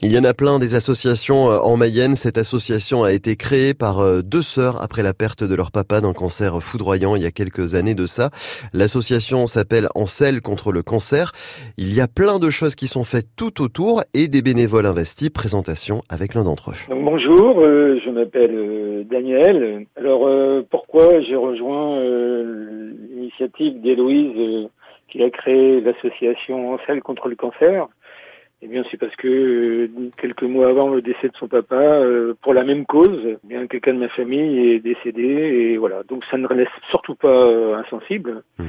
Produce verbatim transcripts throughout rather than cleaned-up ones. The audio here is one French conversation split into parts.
Il y en a plein des associations en Mayenne. Cette association a été créée par deux sœurs après la perte de leur papa d'un cancer foudroyant il y a quelques années de ça. L'association s'appelle En selle contre le cancer. Il y a plein de choses qui sont faites tout autour et des bénévoles investis. Présentation avec l'un d'entre eux. Donc, bonjour, euh, je m'appelle euh, Daniel. Alors euh, pourquoi j'ai rejoint euh, l'initiative d'Héloïse euh, qui a créé l'association En selle contre le cancer? Eh bien, c'est parce que euh, quelques mois avant le décès de son papa, euh, pour la même cause, eh bien quelqu'un de ma famille est décédé et voilà. Donc ça ne laisse surtout pas euh, insensible. Mmh.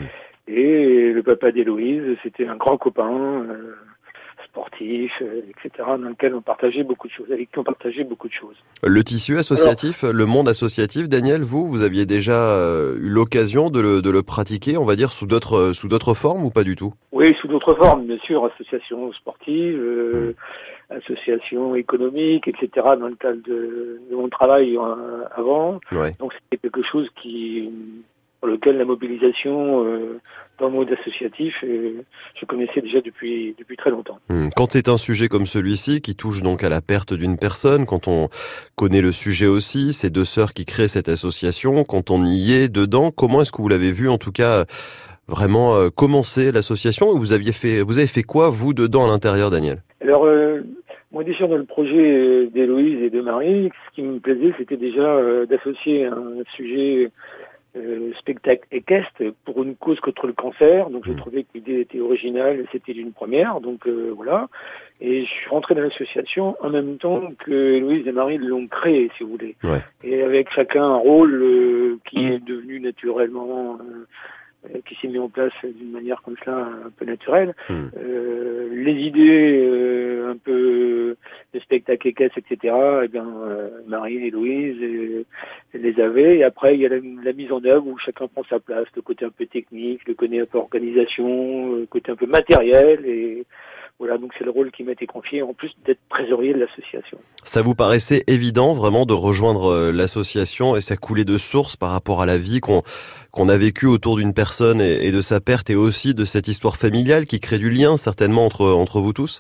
Et le papa d'Héloïse, c'était un grand copain, euh, sportif, euh, et cetera, dans lequel on partageait beaucoup de choses, avec qui on partageait beaucoup de choses. Le tissu associatif, Alors, le monde associatif, Daniel, vous, vous aviez déjà euh, eu l'occasion de le, de le pratiquer, on va dire, sous d'autres, sous d'autres formes ou pas du tout? Oui, sous d'autres formes, bien sûr, associations sportives, euh, mmh. associations économiques, et cetera, dans le cadre de, de mon travail euh, avant. Ouais. Donc c'était quelque chose qui, pour lequel la mobilisation euh, dans le monde associatif, euh, je connaissais déjà depuis depuis très longtemps. Mmh. Quand c'est un sujet comme celui-ci, qui touche donc à la perte d'une personne, quand on connaît le sujet aussi, ces deux sœurs qui créent cette association, quand on y est dedans, comment est-ce que vous l'avez vu, en tout cas, vraiment euh, commencer l'association? Vous aviez fait, vous avez fait quoi, vous, dedans, à l'intérieur, Daniel? Alors, euh, moi, déjà, dans le projet d'Héloïse et de Marie, ce qui me plaisait, c'était déjà euh, d'associer un sujet euh, spectacle équestre pour une cause contre le cancer. Donc, j'ai trouvé que l'idée était originale, c'était une première. Donc, euh, voilà. Et je suis rentré dans l'association en même temps que Héloïse et Marie l'ont créée, si vous voulez. Ouais. Et avec chacun un rôle euh, qui est devenu naturellement... Euh, qui s'est mis en place d'une manière comme cela un peu naturelle. Mmh. Euh, les idées euh, un peu de spectacle équestre, et cetera, eh bien, euh, Marie et Louise euh, les avaient. Et après, il y a la, la mise en œuvre où chacun prend sa place, le côté un peu technique, le côté un peu organisation, le côté un peu matériel. Et voilà, donc c'est le rôle qui m'a été confié, en plus d'être trésorier de l'association. Ça vous paraissait évident vraiment de rejoindre l'association et ça coulait de source par rapport à la vie qu'on qu'on a vécue autour d'une personne et, et de sa perte et aussi de cette histoire familiale qui crée du lien certainement entre, entre vous tous?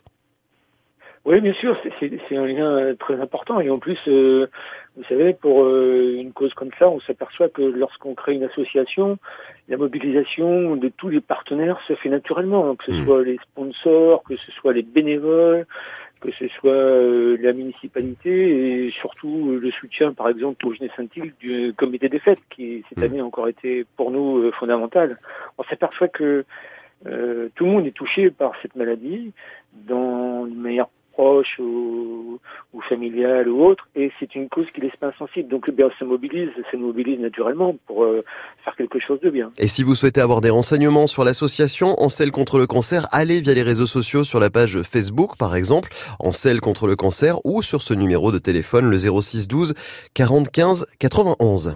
Oui, bien sûr, c'est, c'est un lien très important et en plus, euh, vous savez, pour euh, une cause comme ça, on s'aperçoit que lorsqu'on crée une association, la mobilisation de tous les partenaires se fait naturellement, que ce mmh. soit les sponsors, que ce soit les bénévoles, que ce soit euh, la municipalité et surtout euh, le soutien, par exemple, au Genet Saint-Île du comité des fêtes, qui cette mmh. année a encore été pour nous euh, fondamental. On s'aperçoit que euh, tout le monde est touché par cette maladie, dans une manière proche ou, ou familiale ou autre, et c'est une cause qui laisse pas insensible. Donc, bien, ça mobilise, ça nous mobilise naturellement pour euh, faire quelque chose de bien. Et si vous souhaitez avoir des renseignements sur l'association En selle contre le cancer, allez via les réseaux sociaux sur la page Facebook, par exemple, En selle contre le cancer, ou sur ce numéro de téléphone, le zéro six douze quarante quinze quatre-vingt-onze.